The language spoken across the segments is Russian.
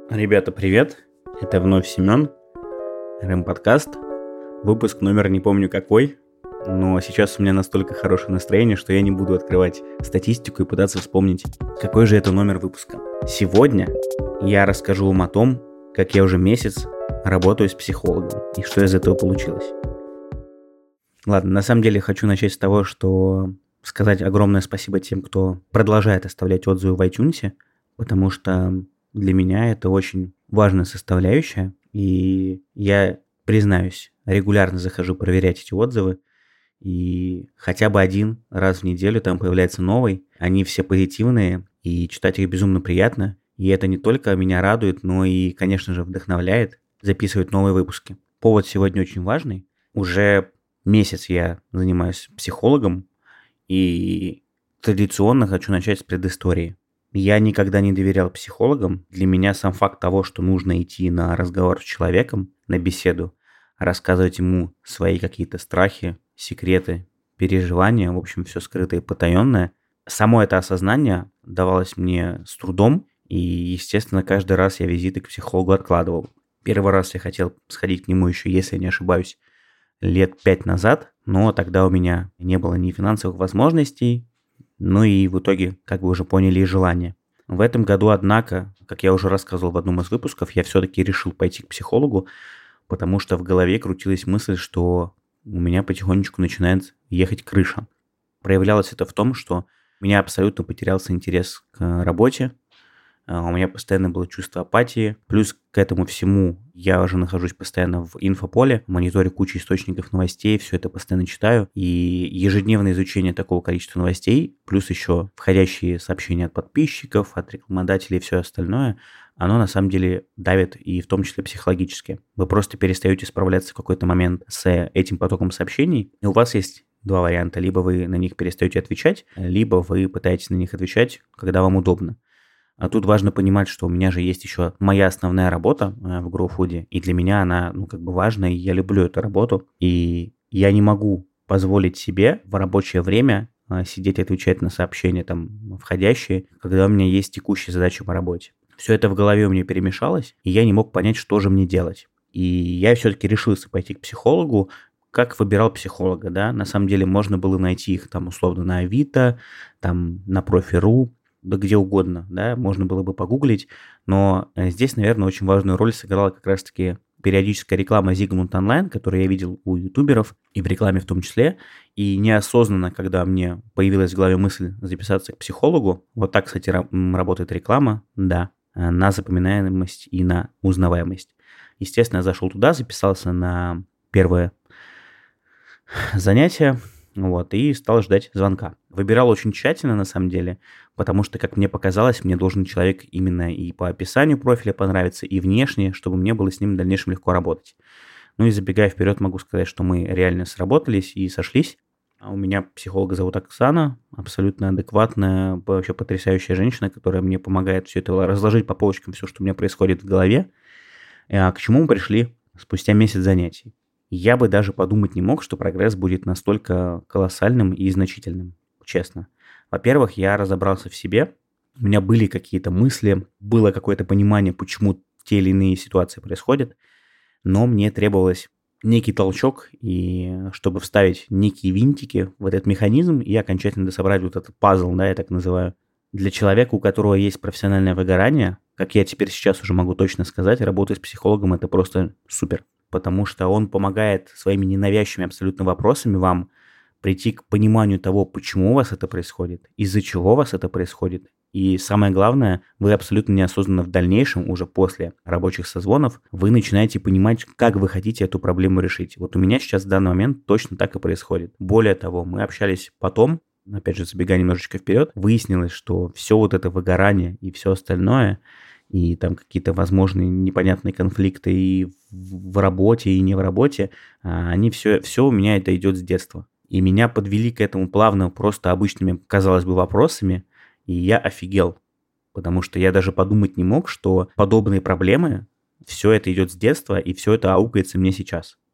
Ребята, привет! Это вновь Семен, РМ-подкаст. Выпуск номер не помню какой, но сейчас у меня настолько хорошее настроение, что я не буду открывать статистику и пытаться вспомнить, какой же это номер выпуска. Сегодня я расскажу вам о том, как я уже месяц работаю с психологом и что из этого получилось. Ладно, на самом деле хочу начать с того, что сказать огромное спасибо тем, кто продолжает оставлять отзывы в iTunes, потому что для меня это очень важная составляющая, и я, признаюсь, регулярно захожу проверять эти отзывы, и хотя бы один раз в неделю там появляется новый, они все позитивные, и читать их безумно приятно, и это не только меня радует, но и, конечно же, вдохновляет записывать новые выпуски. Повод сегодня очень важный. Уже месяц я занимаюсь психологом, и традиционно хочу начать с предыстории. Я никогда не доверял психологам. Для меня сам факт того, что нужно идти на разговор с человеком, на беседу, рассказывать ему свои какие-то страхи, секреты, переживания, в общем, все скрытое и потаенное, само это осознание давалось мне с трудом, и, естественно, каждый раз я визиты к психологу откладывал. Первый раз я хотел сходить к нему еще, если я не ошибаюсь, лет 5 назад, но тогда у меня не было ни финансовых возможностей, ну и в итоге, как вы уже поняли, и желания. В этом году, однако, как я уже рассказывал в одном из выпусков, я все-таки решил пойти к психологу, потому что в голове крутилась мысль, что у меня потихонечку начинает ехать крыша. Проявлялось это в том, что у меня абсолютно потерялся интерес к работе, у меня постоянно было чувство апатии. Плюс к этому всему я уже нахожусь постоянно в инфополе, мониторю кучу источников новостей, все это постоянно читаю. И ежедневное изучение такого количества новостей, плюс еще входящие сообщения от подписчиков, от рекламодателей и все остальное, оно на самом деле давит и в том числе психологически. Вы просто перестаете справляться в какой-то момент с этим потоком сообщений, и у вас есть два варианта. Либо вы на них перестаете отвечать, либо вы пытаетесь на них отвечать, когда вам удобно. А тут важно понимать, что у меня же есть еще моя основная работа в GrowFood, и для меня она, важна, и я люблю эту работу, и я не могу позволить себе в рабочее время сидеть и отвечать на сообщения там входящие, когда у меня есть текущие задачи по работе. Все это в голове у меня перемешалось, и я не мог понять, что же мне делать. И я все-таки решился пойти к психологу. Как выбирал психолога, да, на самом деле можно было найти их там условно на Авито, там на Профи.ру, да где угодно, да, можно было бы погуглить, но здесь, наверное, очень важную роль сыграла как раз-таки периодическая реклама Zigmund Online, которую я видел у ютуберов и в рекламе в том числе, и неосознанно, когда мне появилась в голове мысль записаться к психологу, вот так, кстати, работает реклама, да, на запоминаемость и на узнаваемость. Естественно, я зашел туда, записался на первое занятие, вот, и стал ждать звонка. Выбирал очень тщательно, на самом деле, потому что, как мне показалось, мне должен человек именно и по описанию профиля понравиться, и внешне, чтобы мне было с ним в дальнейшем легко работать. Ну и забегая вперед, могу сказать, что мы реально сработались и сошлись. А у меня психолога зовут Оксана, абсолютно адекватная, вообще потрясающая женщина, которая мне помогает все это разложить по полочкам, все, что у меня происходит в голове. А к чему мы пришли спустя месяц занятий? Я бы даже подумать не мог, что прогресс будет настолько колоссальным и значительным, честно. Во-первых, я разобрался в себе, у меня были какие-то мысли, было какое-то понимание, почему те или иные ситуации происходят, но мне требовалось некий толчок, и чтобы вставить некие винтики в этот механизм и окончательно дособрать вот этот пазл, да, я так называю. Для человека, у которого есть профессиональное выгорание, как я теперь сейчас уже могу точно сказать, работать с психологом – это просто супер. Потому что он помогает своими ненавязчивыми абсолютно вопросами вам прийти к пониманию того, почему у вас это происходит, из-за чего у вас это происходит. И самое главное, вы абсолютно неосознанно в дальнейшем, уже после рабочих созвонов, вы начинаете понимать, как вы хотите эту проблему решить. Вот у меня сейчас в данный момент точно так и происходит. Более того, мы общались потом, опять же, забегая немножечко вперед, выяснилось, что все вот это выгорание и все остальное – и там какие-то возможные непонятные конфликты и в работе, и не в работе, они все у меня это идет с детства. И меня подвели к этому плавно просто обычными, казалось бы, вопросами, и я офигел. Потому что я даже подумать не мог, что подобные проблемы, все это идет с детства, и все это аукается мне сейчас.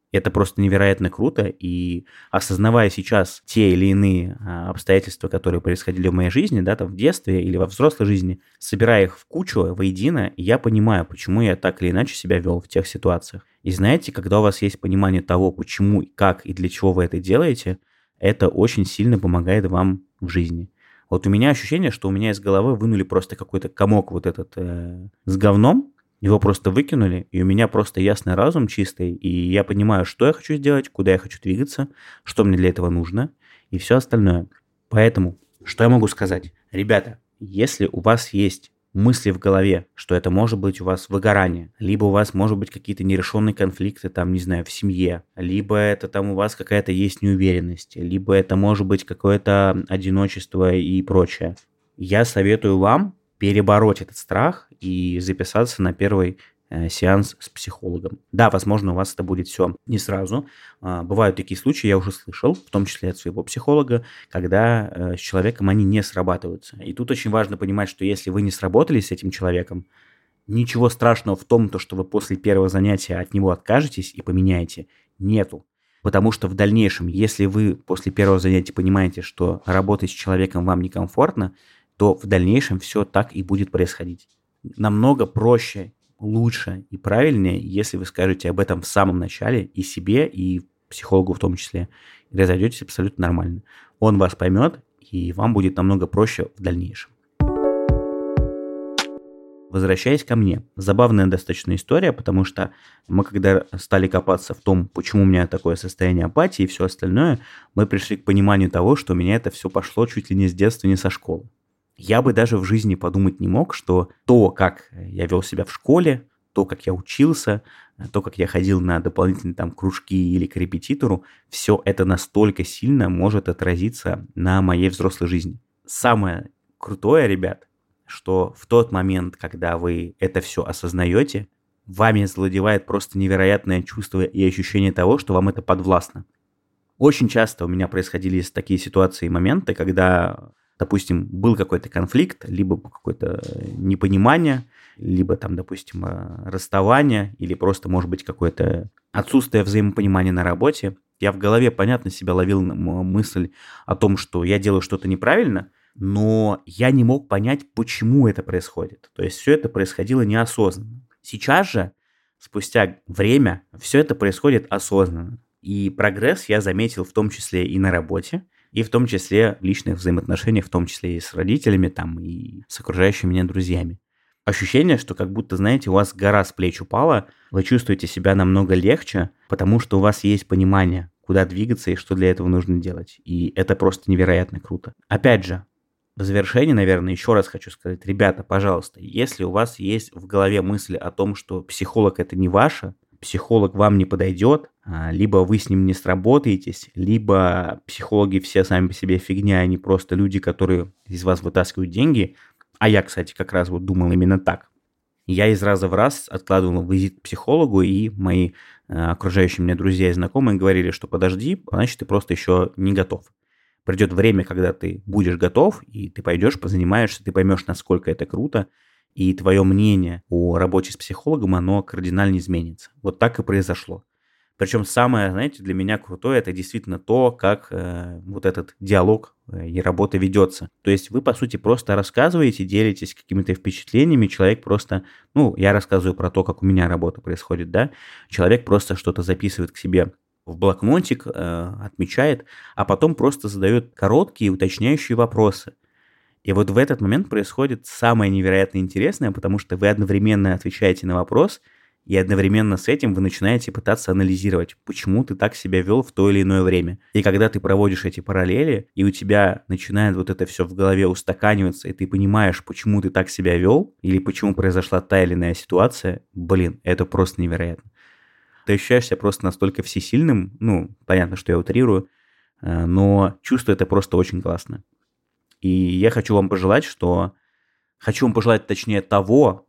Это просто невероятно круто, и осознавая сейчас те или иные обстоятельства, которые происходили в моей жизни, да, там в детстве или во взрослой жизни, собирая их в кучу, воедино, я понимаю, почему я так или иначе себя вел в тех ситуациях. И знаете, когда у вас есть понимание того, почему, как и для чего вы это делаете, это очень сильно помогает вам в жизни. Вот у меня ощущение, что у меня из головы вынули просто какой-то комок вот этот с говном, его просто выкинули, и у меня просто ясный разум чистый, и я понимаю, что я хочу сделать, куда я хочу двигаться, что мне для этого нужно, и все остальное. Поэтому, что я могу сказать? Ребята, если у вас есть мысли в голове, что это может быть у вас выгорание, либо у вас может быть какие-то нерешенные конфликты, там, не знаю, в семье, либо это там у вас какая-то есть неуверенность, либо это может быть какое-то одиночество и прочее, я советую вам перебороть этот страх и записаться на первый сеанс с психологом. Да, возможно, у вас это будет все не сразу. Бывают такие случаи, я уже слышал, в том числе от своего психолога, когда с человеком они не срабатываются. И тут очень важно понимать, что если вы не сработались с этим человеком, ничего страшного в том, что вы после первого занятия от него откажетесь и поменяете, нету. Потому что в дальнейшем, если вы после первого занятия понимаете, что работать с человеком вам некомфортно, то в дальнейшем все так и будет происходить. Намного проще, лучше и правильнее, если вы скажете об этом в самом начале и себе, и психологу в том числе, и разойдетесь абсолютно нормально. Он вас поймет, и вам будет намного проще в дальнейшем. Возвращаясь ко мне, забавная достаточно история, потому что мы, когда стали копаться в том, почему у меня такое состояние апатии и все остальное, мы пришли к пониманию того, что у меня это все пошло чуть ли не с детства, не со школы. Я бы даже в жизни подумать не мог, что то, как я вел себя в школе, то, как я учился, то, как я ходил на дополнительные там кружки или к репетитору, все это настолько сильно может отразиться на моей взрослой жизни. Самое крутое, ребят, что в тот момент, когда вы это все осознаете, вами завладевает просто невероятное чувство и ощущение того, что вам это подвластно. Очень часто у меня происходили такие ситуации и моменты, когда, допустим, был какой-то конфликт, либо какое-то непонимание, либо там, допустим, расставание, или просто, может быть, какое-то отсутствие взаимопонимания на работе. Я в голове, понятно, себя ловил мысль о том, что я делаю что-то неправильно, но я не мог понять, почему это происходит. То есть все это происходило неосознанно. Сейчас же, спустя время, все это происходит осознанно. И прогресс я заметил в том числе и на работе, и в том числе в личных взаимоотношениях, в том числе и с родителями, там, и с окружающими меня друзьями. Ощущение, что как будто, знаете, у вас гора с плеч упала, вы чувствуете себя намного легче, потому что у вас есть понимание, куда двигаться и что для этого нужно делать. И это просто невероятно круто. Опять же, в завершении, наверное, еще раз хочу сказать, ребята, пожалуйста, если у вас есть в голове мысль о том, что психолог это не ваше, психолог вам не подойдет, либо вы с ним не сработаетесь, либо психологи все сами по себе фигня, они просто люди, которые из вас вытаскивают деньги, а я, кстати, как раз вот думал именно так. Я из раза в раз откладывал визит к психологу, и мои окружающие меня друзья и знакомые говорили, что подожди, значит, ты просто еще не готов. Придет время, когда ты будешь готов, и ты пойдешь, позанимаешься, ты поймешь, насколько это круто, и твое мнение о работе с психологом, оно кардинально изменится. Вот так и произошло. Причем самое, знаете, для меня крутое, это действительно то, как вот этот диалог и работа ведется. То есть вы, по сути, просто рассказываете, делитесь какими-то впечатлениями, человек просто, я рассказываю про то, как у меня работа происходит, да, человек просто что-то записывает к себе в блокнотик, отмечает, а потом просто задает короткие уточняющие вопросы. И вот в этот момент происходит самое невероятно интересное, потому что вы одновременно отвечаете на вопрос, и одновременно с этим вы начинаете пытаться анализировать, почему ты так себя вел в то или иное время. И когда ты проводишь эти параллели, и у тебя начинает вот это все в голове устаканиваться, и ты понимаешь, почему ты так себя вел, или почему произошла та или иная ситуация, это просто невероятно. Ты ощущаешь себя просто настолько всесильным, понятно, что я утрирую, но чувство это просто очень классно. И я хочу вам пожелать, точнее того,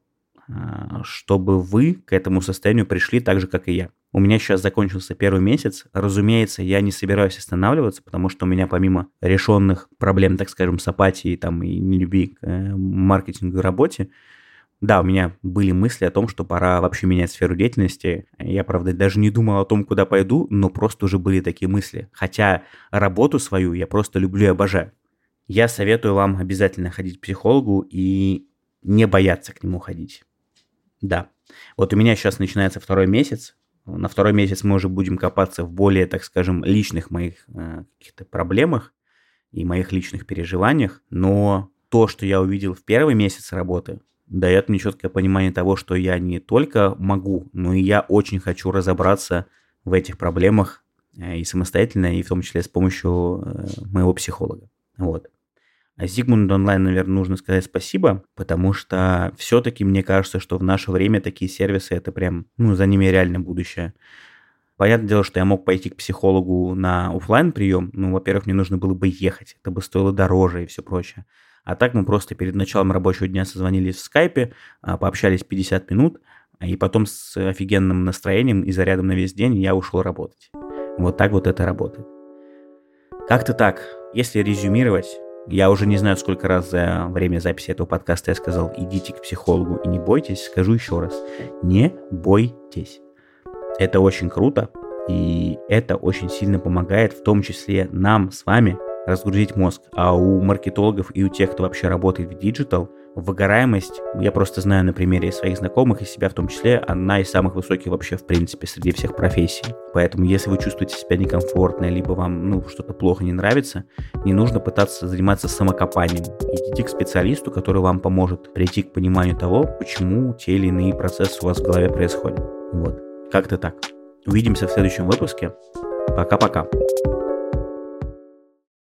чтобы вы к этому состоянию пришли так же, как и я. У меня сейчас закончился первый месяц. Разумеется, я не собираюсь останавливаться, потому что у меня помимо решенных проблем, так скажем, с апатией и нелюбви к маркетингу и работе, Да, у меня были мысли о том, что пора вообще менять сферу деятельности. Я, правда, даже не думал о том, куда пойду, но просто уже были такие мысли. Хотя работу свою я просто люблю и обожаю. Я советую вам обязательно ходить к психологу и не бояться к нему ходить. Да. Вот у меня сейчас начинается второй месяц. На второй месяц мы уже будем копаться в более, так скажем, личных моих каких-то проблемах и моих личных переживаниях. Но то, что я увидел в первый месяц работы, дает мне четкое понимание того, что я не только могу, но и я очень хочу разобраться в этих проблемах и самостоятельно, и в том числе с помощью моего психолога. Вот. А Zigmund Online, наверное, нужно сказать спасибо, потому что все-таки мне кажется, что в наше время такие сервисы, это прям, за ними реально будущее. Понятное дело, что я мог пойти к психологу на офлайн прием, во-первых, мне нужно было бы ехать, это бы стоило дороже и все прочее. А так мы просто перед началом рабочего дня созвонились в скайпе, пообщались 50 минут, и потом с офигенным настроением и зарядом на весь день я ушел работать. Вот так вот это работает. Как-то так. Если резюмировать, я уже не знаю, сколько раз за время записи этого подкаста я сказал: идите к психологу и не бойтесь. Скажу еще раз: не бойтесь. Это очень круто, и это очень сильно помогает, в том числе нам с вами, разгрузить мозг. А у маркетологов и у тех, кто вообще работает в диджитал, выгораемость, я просто знаю на примере своих знакомых и себя в том числе, одна из самых высоких вообще в принципе среди всех профессий. Поэтому если вы чувствуете себя некомфортно, либо вам что-то плохо не нравится, не нужно пытаться заниматься самокопанием. Идите к специалисту, который вам поможет прийти к пониманию того, почему те или иные процессы у вас в голове происходят. Вот, как-то так. Увидимся в следующем выпуске. Пока-пока.